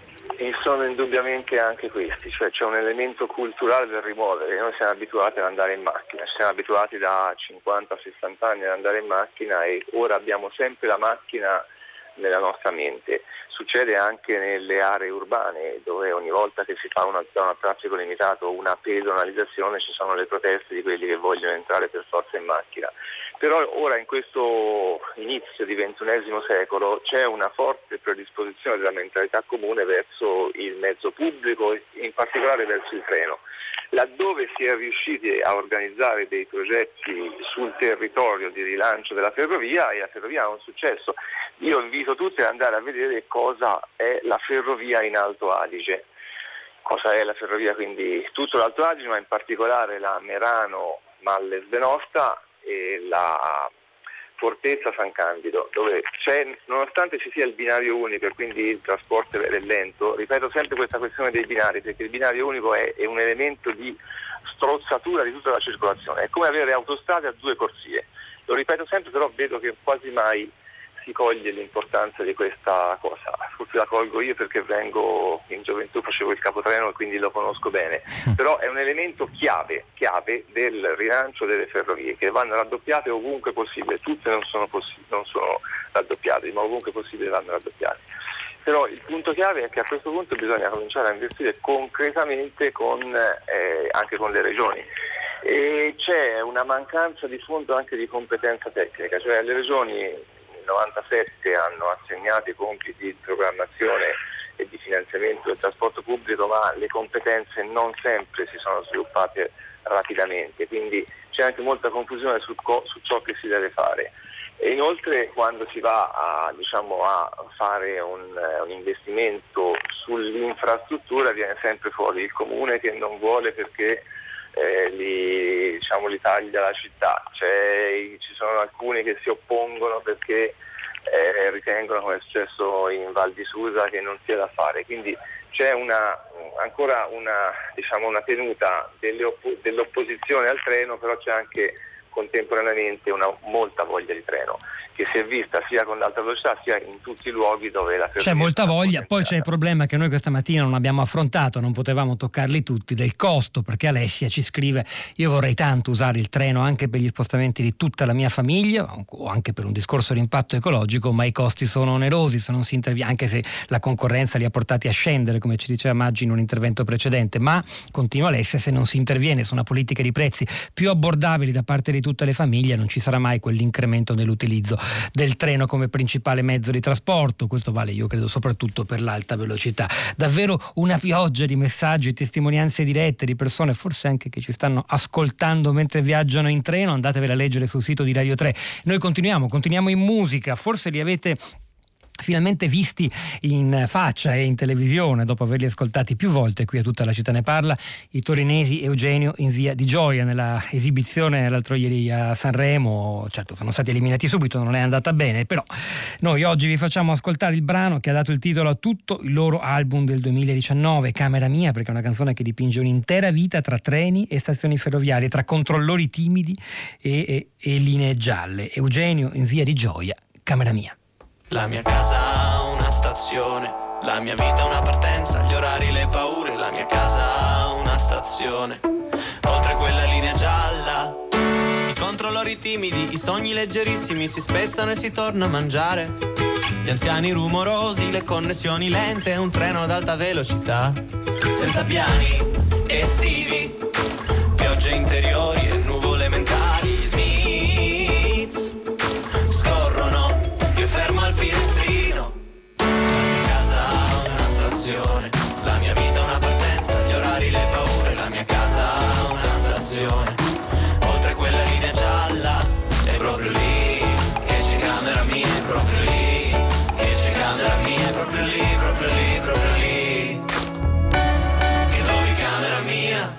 E sono indubbiamente anche questi, cioè c'è un elemento culturale del rimuovere. Noi siamo abituati ad andare in macchina, siamo abituati da 50-60 anni ad andare in macchina, e ora abbiamo sempre la macchina nella nostra mente. Succede anche nelle aree urbane, dove ogni volta che si fa una zona a traffico limitato o una pedonalizzazione ci sono le proteste di quelli che vogliono entrare per forza in macchina. Però ora, in questo inizio di XXI secolo, c'è una forte predisposizione della mentalità comune verso il mezzo pubblico e in particolare verso il treno. Laddove si è riusciti a organizzare dei progetti sul territorio di rilancio della ferrovia, e la ferrovia ha un successo. Io invito tutti ad andare a vedere cosa è la ferrovia in Alto Adige. Cosa è la ferrovia? Quindi tutto l'Alto Adige, ma in particolare la Merano-Malles Venosta e la Fortezza San Candido, dove c'è, nonostante ci sia il binario unico e quindi il trasporto è lento, ripeto sempre questa questione dei binari, perché il binario unico è un elemento di strozzatura di tutta la circolazione, è come avere autostrade a 2 corsie. Lo ripeto sempre, però vedo che quasi mai si coglie l'importanza di questa cosa. Forse la colgo io perché vengo in gioventù, facevo il capotreno e quindi lo conosco bene, però è un elemento chiave del rilancio delle ferrovie, che vanno raddoppiate ovunque possibile. Tutte non sono raddoppiate, ma ovunque possibile vanno raddoppiate. Però il punto chiave è che a questo punto bisogna cominciare a investire concretamente anche con le regioni. E c'è una mancanza di fondo anche di competenza tecnica, cioè le regioni nel 97 hanno assegnato i compiti di programmazione e di finanziamento del trasporto pubblico, ma le competenze non sempre si sono sviluppate rapidamente, quindi c'è anche molta confusione su ciò che si deve fare. E inoltre, quando si va a fare un investimento sull'infrastruttura, viene sempre fuori il comune che non vuole perché li taglia la città, ci sono alcuni che si oppongono perché ritengono, come è successo in Val di Susa, che non sia da fare. Quindi c'è ancora una tenuta dell'opposizione al treno, però c'è anche contemporaneamente molta voglia di treno, che si è vista sia con l'alta velocità sia in tutti i luoghi dove la ferrovia c'è molta voglia. Poi c'è il problema che noi questa mattina non abbiamo affrontato, non potevamo toccarli tutti, del costo, perché Alessia ci scrive: io vorrei tanto usare il treno anche per gli spostamenti di tutta la mia famiglia o anche per un discorso di impatto ecologico, ma i costi sono onerosi se non si interviene, anche se la concorrenza li ha portati a scendere, come ci diceva Maggi in un intervento precedente. Ma continua Alessia, se non si interviene su una politica di prezzi più abbordabili da parte di tutte le famiglie, non ci sarà mai quell'incremento nell'utilizzo del treno come principale mezzo di trasporto. Questo vale, io credo, soprattutto per l'alta velocità. Davvero una pioggia di messaggi, testimonianze dirette di persone, forse anche che ci stanno ascoltando mentre viaggiano in treno. Andatevela a leggere sul sito di Radio 3. Noi continuiamo in musica. Forse li avete finalmente visti in faccia e in televisione dopo averli ascoltati più volte qui a Tutta la città ne parla, i torinesi Eugenio in Via di Gioia nella esibizione l'altro ieri a Sanremo. Certo, sono stati eliminati subito, non è andata bene, però noi oggi vi facciamo ascoltare il brano che ha dato il titolo a tutto il loro album del 2019, Camera Mia, perché è una canzone che dipinge un'intera vita tra treni e stazioni ferroviarie, tra controllori timidi e linee gialle. Eugenio in Via di Gioia, Camera Mia. La mia casa ha una stazione, la mia vita una partenza, gli orari, le paure, la mia casa ha una stazione. Oltre quella linea gialla, i controllori timidi, i sogni leggerissimi si spezzano e si torna a mangiare. Gli anziani rumorosi, le connessioni lente, un treno ad alta velocità. Senza piani estivi, piogge interiori e nuvole mentali, gli Smiths scorrono, io fermo al finestrino. La mia casa ha una stazione, la mia vita una partenza, gli orari, le paure, la mia casa ha una stazione. Oltre quella linea gialla, è proprio lì che c'è camera mia, è proprio lì che c'è camera mia, è proprio lì, proprio lì, proprio lì che trovi camera mia.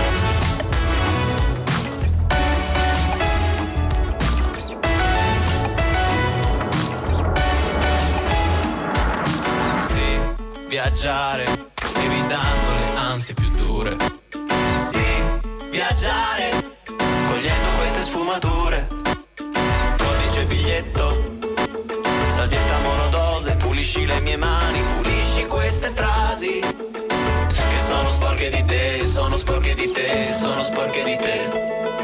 Viaggiare, evitando le ansie più dure. Sì, viaggiare, cogliendo queste sfumature. Codice biglietto, salvietta monodose, pulisci le mie mani, pulisci queste frasi che sono sporche di te, sono sporche di te, sono sporche di te.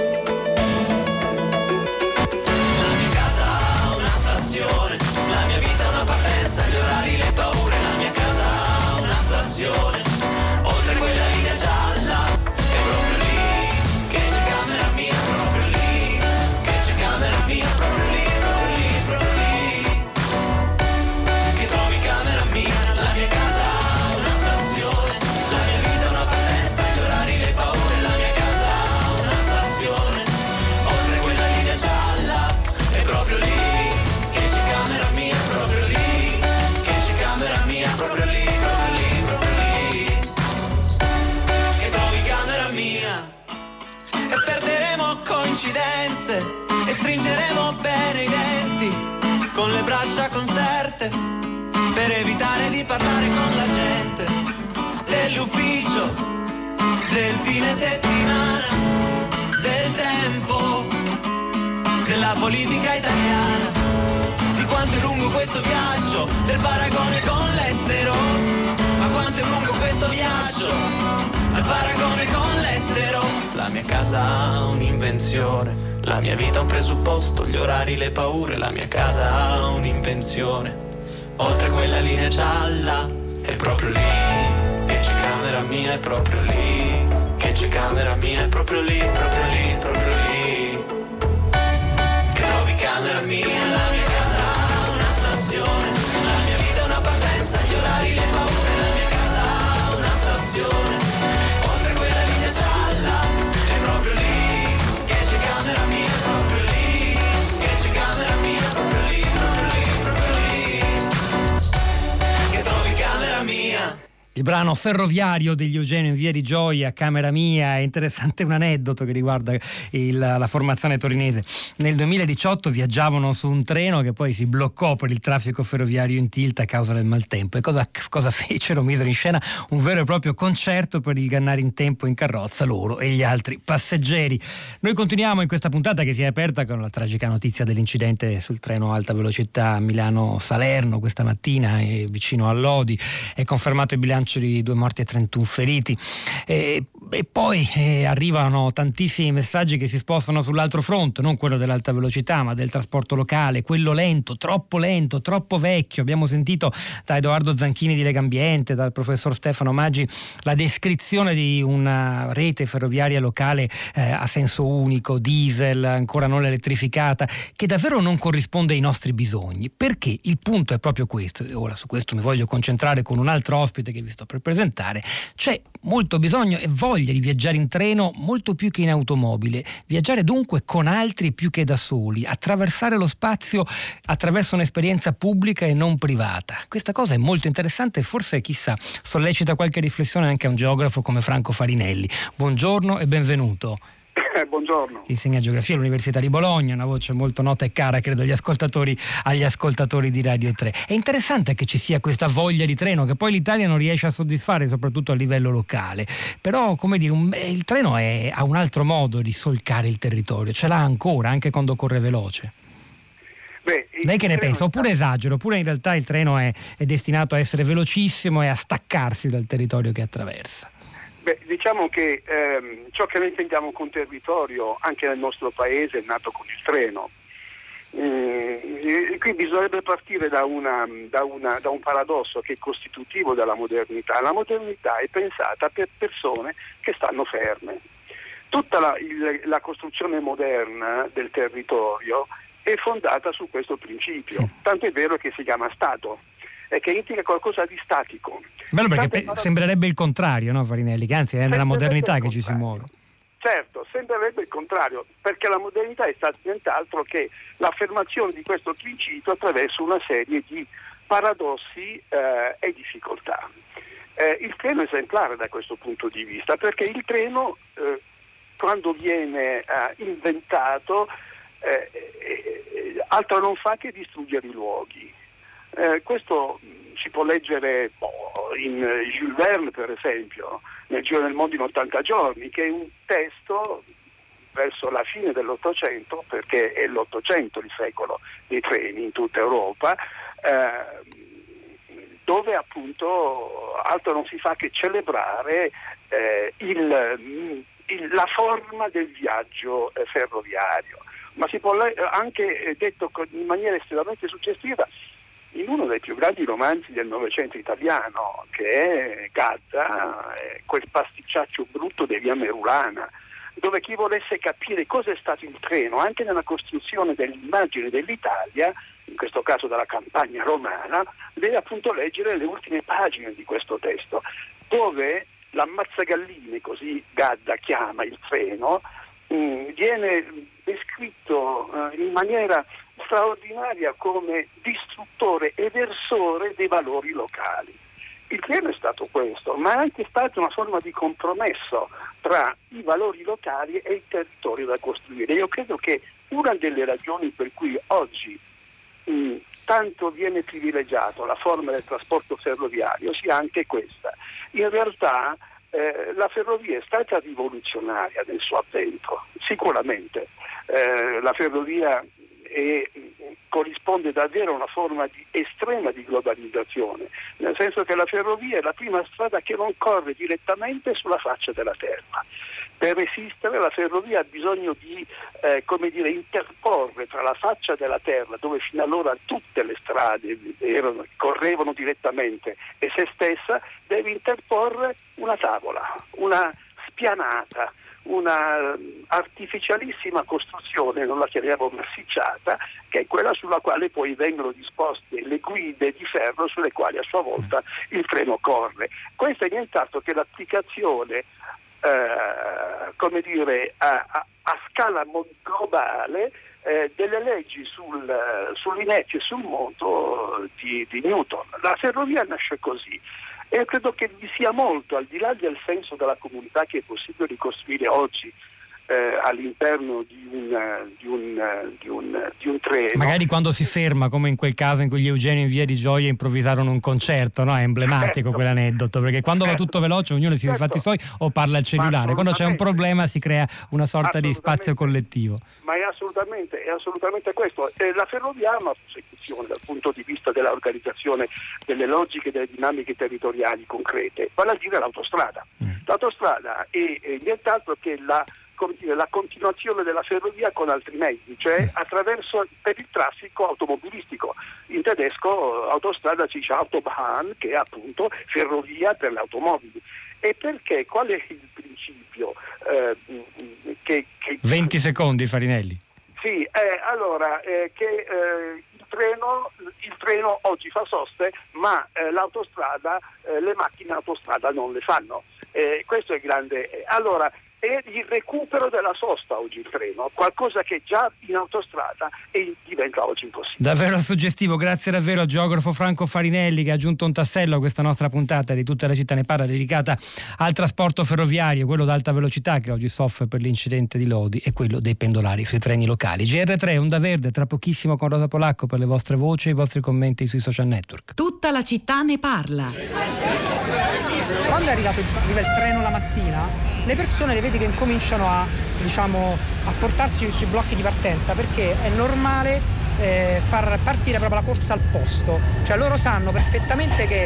La mia casa ha una stazione, la mia vita è una partenza, gli orari, le paure, la mia casa ha una stazione. Oltre quella linea gialla, è proprio lì che c'è camera mia, proprio lì che c'è camera mia, proprio lì, proprio lì, proprio lì che trovi camera mia. La mia casa ha una stazione, la mia vita è una partenza, gli orari, le paure, la mia casa ha una stazione. Oltre quella linea gialla, è proprio lì che c'è camera mia, proprio lì che c'è camera mia, proprio lì, proprio lì, proprio lì che trovi camera mia. E perderemo coincidenze e stringeremo bene i denti con le braccia conserte per evitare di parlare con la gente dell'ufficio, del fine settimana, del tempo, della politica italiana, di quanto è lungo questo viaggio, del paragone con l'estero. Ma quanto è lungo questo viaggio, al paragone con l'estero. La mia casa ha un'invenzione, la mia vita un presupposto, gli orari, le paure, la mia casa ha un'invenzione. Oltre quella linea gialla, è proprio lì che c'è camera mia, è proprio lì che c'è camera mia, è proprio lì, proprio lì, proprio lì che trovi camera mia. La mia casa ha una stazione, la mia vita è una partenza, gli orari, le paure, la mia casa ha una stazione. Oltre quella linea gialla, è proprio lì che c'è camera mia, è proprio lì che c'è camera mia, è proprio lì, proprio lì, proprio lì che trovi camera mia. Il brano Ferroviario degli Eugenio in Via di Gioia, Camera Mia. È interessante un aneddoto che riguarda la formazione torinese. Nel 2018 viaggiavano su un treno che poi si bloccò per il traffico ferroviario in tilt a causa del maltempo. E cosa fecero? Misero in scena un vero e proprio concerto per ingannare in tempo in carrozza loro e gli altri passeggeri. Noi continuiamo in questa puntata che si è aperta con la tragica notizia dell'incidente sul treno alta velocità Milano-Salerno questa mattina vicino a Lodi. È confermato il bilancio di 2 morti e 31 feriti e poi arrivano tantissimi messaggi che si spostano sull'altro fronte, non quello dell'alta velocità ma del trasporto locale, quello lento, troppo vecchio. Abbiamo sentito da Edoardo Zanchini di Legambiente, dal professor Stefano Maggi la descrizione di una rete ferroviaria locale a senso unico, diesel, ancora non elettrificata, che davvero non corrisponde ai nostri bisogni, perché il punto è proprio questo. E ora su questo mi voglio concentrare con un altro ospite che vi sto per presentare. C'è molto bisogno e voglia di viaggiare in treno molto più che in automobile, viaggiare dunque con altri più che da soli, attraversare lo spazio attraverso un'esperienza pubblica e non privata. Questa cosa è molto interessante e forse, chissà, sollecita qualche riflessione anche a un geografo come Franco Farinelli. Buongiorno e benvenuto. Buongiorno. Insegna geografia all'Università di Bologna, una voce molto nota e cara, credo, agli ascoltatori di Radio 3. È interessante che ci sia questa voglia di treno che poi l'Italia non riesce a soddisfare, soprattutto a livello locale. Però, come dire, il treno ha un altro modo di solcare il territorio, ce l'ha ancora, anche quando corre veloce. Lei che ne pensa? Oppure esagero? Oppure in realtà il treno è destinato a essere velocissimo e a staccarsi dal territorio che attraversa? Diciamo che ciò che noi intendiamo con territorio anche nel nostro paese è nato con il treno. Qui bisognerebbe partire da un paradosso che è costitutivo della modernità. La modernità è pensata per persone che stanno ferme. Tutta la costruzione moderna del territorio è fondata su questo principio, tanto è vero che si chiama Stato, che indica qualcosa di statico. Bello, perché sembrerebbe il contrario, no, Farinelli? Che anzi è nella modernità che ci si muove. Certo, sembrerebbe il contrario, perché la modernità è stata nient'altro che l'affermazione di questo principio attraverso una serie di paradossi e difficoltà. Il treno è esemplare da questo punto di vista, perché il treno, quando viene inventato, altro non fa che distruggere i luoghi. Questo si può leggere in Jules Verne, per esempio, nel Giro del Mondo in 80 giorni, che è un testo verso la fine dell'Ottocento, perché è l'Ottocento il secolo dei treni in tutta Europa, dove appunto altro non si fa che celebrare la forma del viaggio ferroviario. Ma si può anche, detto in maniera estremamente suggestiva, in uno dei più grandi romanzi del Novecento italiano, che è Gadda, quel pasticciaccio brutto di Via Merulana, dove chi volesse capire cosa è stato il treno, anche nella costruzione dell'immagine dell'Italia, in questo caso della campagna romana, deve appunto leggere le ultime pagine di questo testo, dove l'ammazzagalline, così Gadda chiama il treno, viene descritto in maniera straordinaria come distruttore e versore dei valori locali. Il treno è stato questo, ma è anche stata una forma di compromesso tra i valori locali e il territorio da costruire. Io credo che una delle ragioni per cui oggi tanto viene privilegiato la forma del trasporto ferroviario sia anche questa. In realtà la ferrovia è stata rivoluzionaria nel suo avvento, sicuramente. La ferrovia corrisponde davvero a una forma di estrema di globalizzazione, nel senso che la ferrovia è la prima strada che non corre direttamente sulla faccia della terra. Per esistere la ferrovia ha bisogno di interporre tra la faccia della terra, dove fino allora tutte le strade correvano direttamente, e se stessa deve interporre una tavola, una spianata, una artificialissima costruzione, non la chiamiamo massicciata, che è quella sulla quale poi vengono disposte le guide di ferro sulle quali a sua volta il treno corre. Questo è nient'altro che l'applicazione a scala globale delle leggi sull'inerzia e sul moto di Newton. La ferrovia nasce così e credo che vi sia molto, al di là del senso della comunità che è possibile ricostruire oggi all'interno di un treno. Magari quando si ferma, come in quel caso in cui gli Eugenio in Via di Gioia improvvisarono un concerto, no? È emblematico quell'aneddoto, perché quando va tutto veloce ognuno si fa i fatti suoi o parla al cellulare, quando c'è un problema si crea una sorta di spazio collettivo. Ma è assolutamente questo. La ferrovia ha una prosecuzione dal punto di vista dell'organizzazione delle logiche, delle dinamiche territoriali concrete, vale a dire l'autostrada. L'autostrada è nient'altro che la continuazione della ferrovia con altri mezzi, cioè per il traffico automobilistico. In tedesco autostrada si dice Autobahn, che è appunto ferrovia per le automobili. E perché? Qual è il principio? 20 secondi, Farinelli. Sì, che il treno oggi fa soste, ma l'autostrada, le macchine autostrada non le fanno. Questo è grande. Allora, è il recupero della sosta oggi il treno, qualcosa che già in autostrada diventa oggi impossibile. Davvero suggestivo, grazie davvero al geografo Franco Farinelli che ha aggiunto un tassello a questa nostra puntata di Tutta la città ne parla, dedicata al trasporto ferroviario, quello d'alta velocità che oggi soffre per l'incidente di Lodi e quello dei pendolari sui treni locali. GR3, Onda Verde, tra pochissimo con Rosa Polacco per le vostre voci e i vostri commenti sui social network. Tutta la città ne parla. Quando arriva il treno la mattina, le persone le vedi che incominciano a portarsi sui blocchi di partenza, perché è normale far partire proprio la corsa al posto. Cioè loro sanno perfettamente che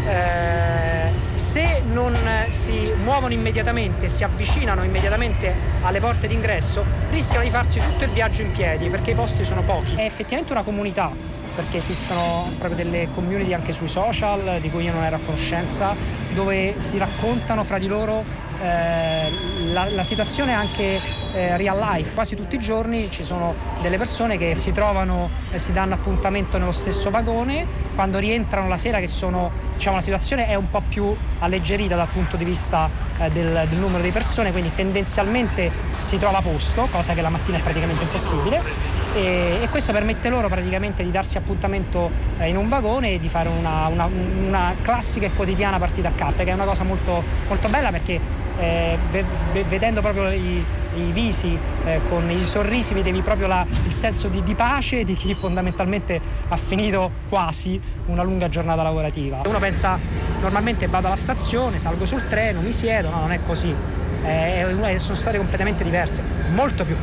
se non si muovono immediatamente, si avvicinano immediatamente alle porte d'ingresso, rischiano di farsi tutto il viaggio in piedi, perché i posti sono pochi. È effettivamente una comunità, perché esistono proprio delle community anche sui social di cui io non ero a conoscenza, dove si raccontano fra di loro la situazione anche real life. Quasi tutti i giorni ci sono delle persone che si trovano e si danno appuntamento nello stesso vagone, quando rientrano la sera, che sono, la situazione è un po' più alleggerita dal punto di vista del numero di persone, quindi tendenzialmente si trova posto, cosa che la mattina è praticamente impossibile, e questo permette loro praticamente di darsi appuntamento in un vagone e di fare una classica e quotidiana partita a carte, che è una cosa molto, molto bella, perché vedendo proprio i visi con i sorrisi vedevi proprio il senso di pace di chi fondamentalmente ha finito quasi una lunga giornata lavorativa. Uno pensa, normalmente vado alla stazione, salgo sul treno, mi siedo, no, non è così. Sono storie completamente diverse, molto più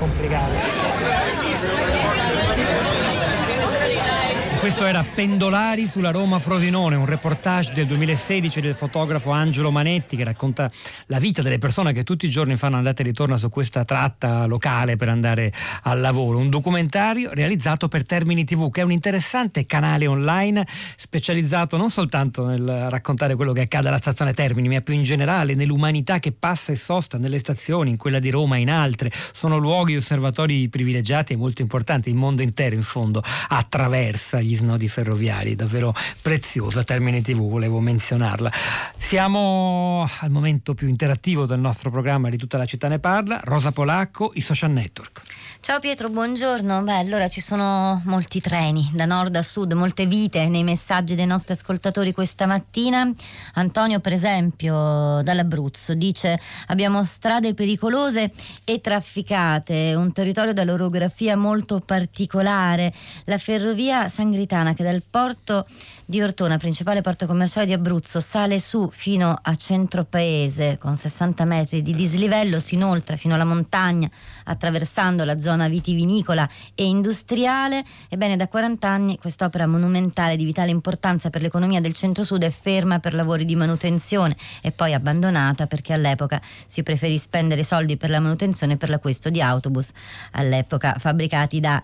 complicate. Questo era Pendolari sulla Roma-Frosinone, un reportage del 2016 del fotografo Angelo Manetti, che racconta la vita delle persone che tutti i giorni fanno andata e ritorno su questa tratta locale per andare al lavoro. Un documentario realizzato per Termini TV, che è un interessante canale online specializzato non soltanto nel raccontare quello che accade alla stazione Termini, ma più in generale nell'umanità che passa e sosta nelle stazioni, in quella di Roma e in altre. Sono luoghi, osservatori privilegiati e molto importanti. Il mondo intero, in fondo, attraversa gli snodi ferroviari. Davvero preziosa Termini TV, volevo menzionarla. Siamo al momento più interattivo del nostro programma di Tutta la città ne parla. Rosa Polacco, i social network. Ciao Pietro, buongiorno. Allora ci sono molti treni da nord a sud, molte vite nei messaggi dei nostri ascoltatori questa mattina. Antonio, per esempio, dall'Abruzzo dice: abbiamo strade pericolose e trafficate, un territorio dall'orografia molto particolare. La ferrovia Sangritana, che dal porto di Ortona, principale porto commerciale di Abruzzo, sale su fino a Centropaese con 60 metri di dislivello, si inoltra fino alla montagna attraversando la zona vitivinicola e industriale. Ebbene, da 40 anni quest'opera monumentale di vitale importanza per l'economia del centro-sud è ferma per lavori di manutenzione e poi abbandonata perché all'epoca si preferì spendere soldi per la manutenzione e per l'acquisto di autobus, all'epoca fabbricati da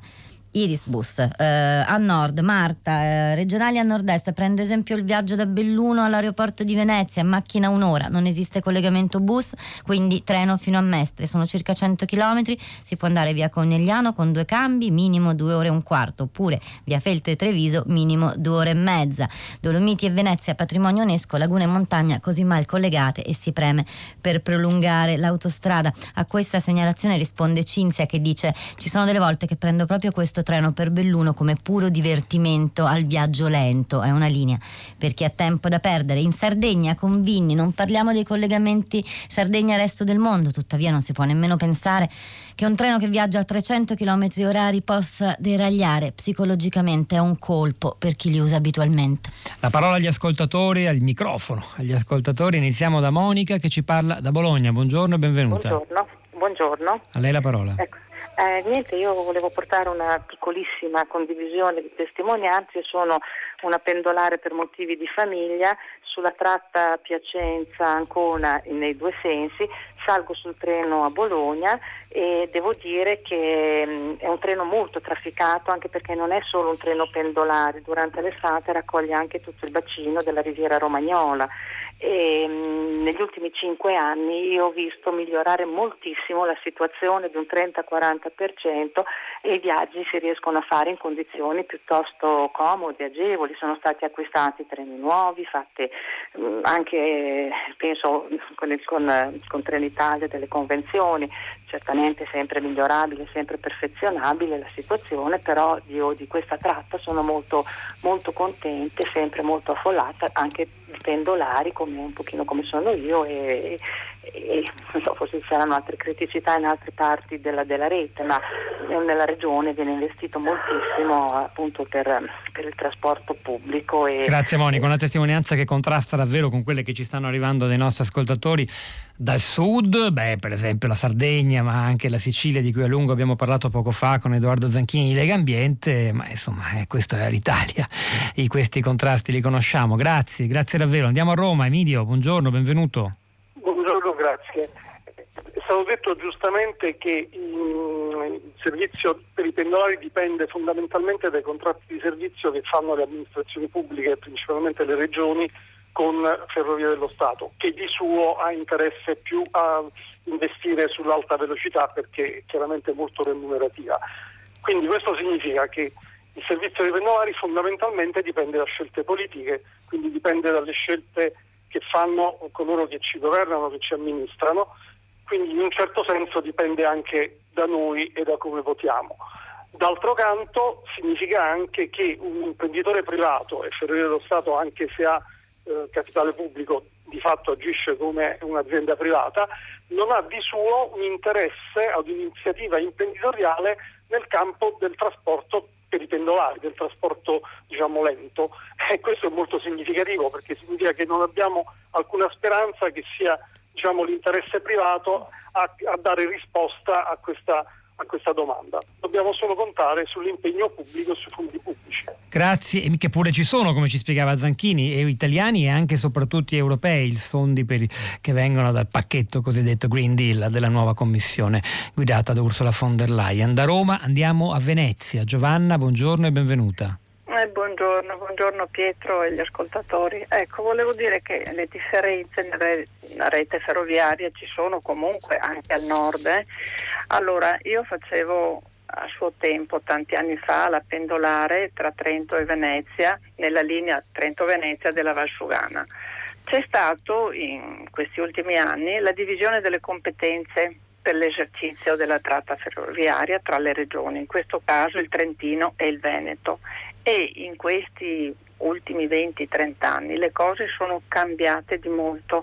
Irisbus. A nord, Marta, regionali a nord-est, prendo esempio il viaggio da Belluno all'aeroporto di Venezia, in macchina un'ora, non esiste collegamento bus, quindi treno fino a Mestre, sono circa 100 km, si può andare via Conegliano con 2 cambi, minimo 2 ore e un quarto, oppure via Feltre Treviso, minimo 2 ore e mezza. Dolomiti e Venezia, patrimonio UNESCO, lagune e montagna così mal collegate e si preme per prolungare l'autostrada. A questa segnalazione risponde Cinzia che dice: ci sono delle volte che prendo proprio questo treno per Belluno come puro divertimento al viaggio lento, è una linea per chi ha tempo da perdere. In Sardegna con Vinni, non parliamo dei collegamenti Sardegna-resto del mondo, tuttavia non si può nemmeno pensare che un treno che viaggia a 300 km orari possa deragliare, psicologicamente è un colpo per chi li usa abitualmente. La parola agli ascoltatori, al microfono agli ascoltatori. Iniziamo da Monica che ci parla da Bologna. Buongiorno e benvenuta. Buongiorno. A lei la parola. Ecco. Niente, io volevo portare una piccolissima condivisione di testimonianze. Sono una pendolare per motivi di famiglia sulla tratta Piacenza-Ancona nei 2 sensi. Salgo sul treno a Bologna e devo dire che è un treno molto trafficato, anche perché non è solo un treno pendolare, durante l'estate raccoglie anche tutto il bacino della Riviera Romagnola. E negli ultimi 5 anni io ho visto migliorare moltissimo la situazione di un 30-40% e i viaggi si riescono a fare in condizioni piuttosto comode, agevoli. Sono stati acquistati treni nuovi, fatte anche penso con Trenitalia delle convenzioni, certamente sempre migliorabile, sempre perfezionabile la situazione, però io di questa tratta sono molto, molto contenta, sempre molto affollata, anche di pendolari un pochino come sono io e non so, forse ci saranno altre criticità in altre parti della rete, ma nella regione viene investito moltissimo appunto per il trasporto pubblico. Grazie Monica, una testimonianza che contrasta davvero con quelle che ci stanno arrivando dai nostri ascoltatori dal sud, per esempio la Sardegna, ma anche la Sicilia, di cui a lungo abbiamo parlato poco fa con Edoardo Zanchini di Legambiente, ma insomma questa è l'Italia, questi contrasti li conosciamo. Grazie davvero. Andiamo a Roma. Emilio, buongiorno, benvenuto. Buongiorno, grazie. È stato detto giustamente che il servizio per i pendolari dipende fondamentalmente dai contratti di servizio che fanno le amministrazioni pubbliche, principalmente le regioni, con Ferrovie dello Stato, che di suo ha interesse più a investire sull'alta velocità perché è chiaramente molto remunerativa. Quindi questo significa che il servizio dei pendolari fondamentalmente dipende da scelte politiche, quindi dipende dalle scelte che fanno coloro che ci governano, che ci amministrano, quindi in un certo senso dipende anche da noi e da come votiamo. D'altro canto significa anche che un imprenditore privato, e Ferrovie dello Stato anche se ha capitale pubblico di fatto agisce come un'azienda privata, non ha di suo un interesse ad un'iniziativa imprenditoriale nel campo del trasporto per i pendolari, del trasporto lento, e questo è molto significativo perché significa che non abbiamo alcuna speranza che sia l'interesse privato a dare risposta a questa domanda. Dobbiamo solo contare sull'impegno pubblico e sui fondi pubblici. Grazie, e che pure ci sono, come ci spiegava Zanchini, e italiani e anche soprattutto europei, i fondi che vengono dal pacchetto cosiddetto Green Deal della nuova commissione guidata da Ursula von der Leyen. Da Roma andiamo a Venezia. Giovanna, buongiorno e benvenuta. Buongiorno Pietro e gli ascoltatori. Ecco, volevo dire che le differenze nella rete ferroviaria ci sono comunque anche al nord. Allora, io facevo a suo tempo, tanti anni fa, la pendolare tra Trento e Venezia, nella linea Trento-Venezia della Valsugana. C'è stato in questi ultimi anni la divisione delle competenze per l'esercizio della tratta ferroviaria tra le regioni, in questo caso il Trentino e il Veneto, e in questi ultimi 20-30 anni le cose sono cambiate di molto.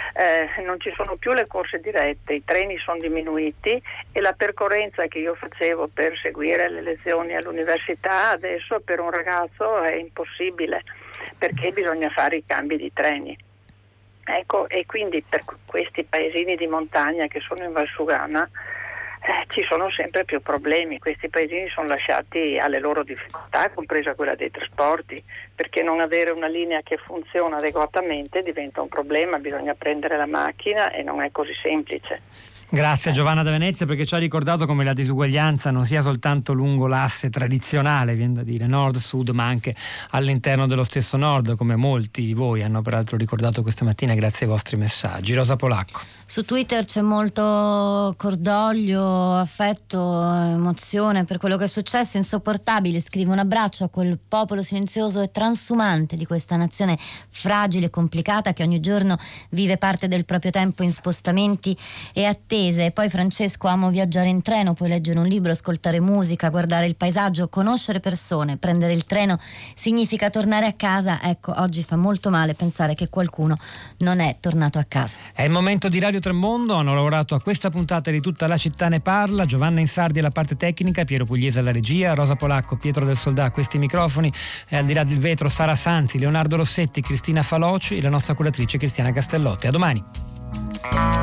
Non ci sono più le corse dirette, i treni sono diminuiti e la percorrenza che io facevo per seguire le lezioni all'università adesso per un ragazzo è impossibile perché bisogna fare i cambi di treni. Ecco, e quindi per questi paesini di montagna che sono in Valsugana ci sono sempre più problemi. Questi paesini sono lasciati alle loro difficoltà, compresa quella dei trasporti, perché non avere una linea che funziona adeguatamente diventa un problema, bisogna prendere la macchina e non è così semplice. Grazie Giovanna da Venezia, perché ci ha ricordato come la disuguaglianza non sia soltanto lungo l'asse tradizionale, viene da dire nord-sud, ma anche all'interno dello stesso nord, come molti di voi hanno peraltro ricordato questa mattina grazie ai vostri messaggi. Rosa Polacco. Su Twitter c'è molto cordoglio, affetto, emozione per quello che è successo, insopportabile. Scrive: un abbraccio a quel popolo silenzioso e transumante di questa nazione fragile e complicata che ogni giorno vive parte del proprio tempo in spostamenti e attese. E poi Francesco: amo viaggiare in treno, puoi leggere un libro, ascoltare musica, guardare il paesaggio, conoscere persone. Prendere il treno significa tornare a casa. Ecco, oggi fa molto male pensare che qualcuno non è tornato a casa. È il momento di Radio Tremondo. Hanno lavorato a questa puntata di Tutta la città ne parla: Giovanna Insardi alla parte tecnica, Piero Pugliese alla regia, Rosa Polacco, Pietro del Soldà a questi microfoni, e al di là del vetro Sara Sanzi, Leonardo Rossetti, Cristina Faloci e la nostra curatrice Cristiana Castellotti. A domani.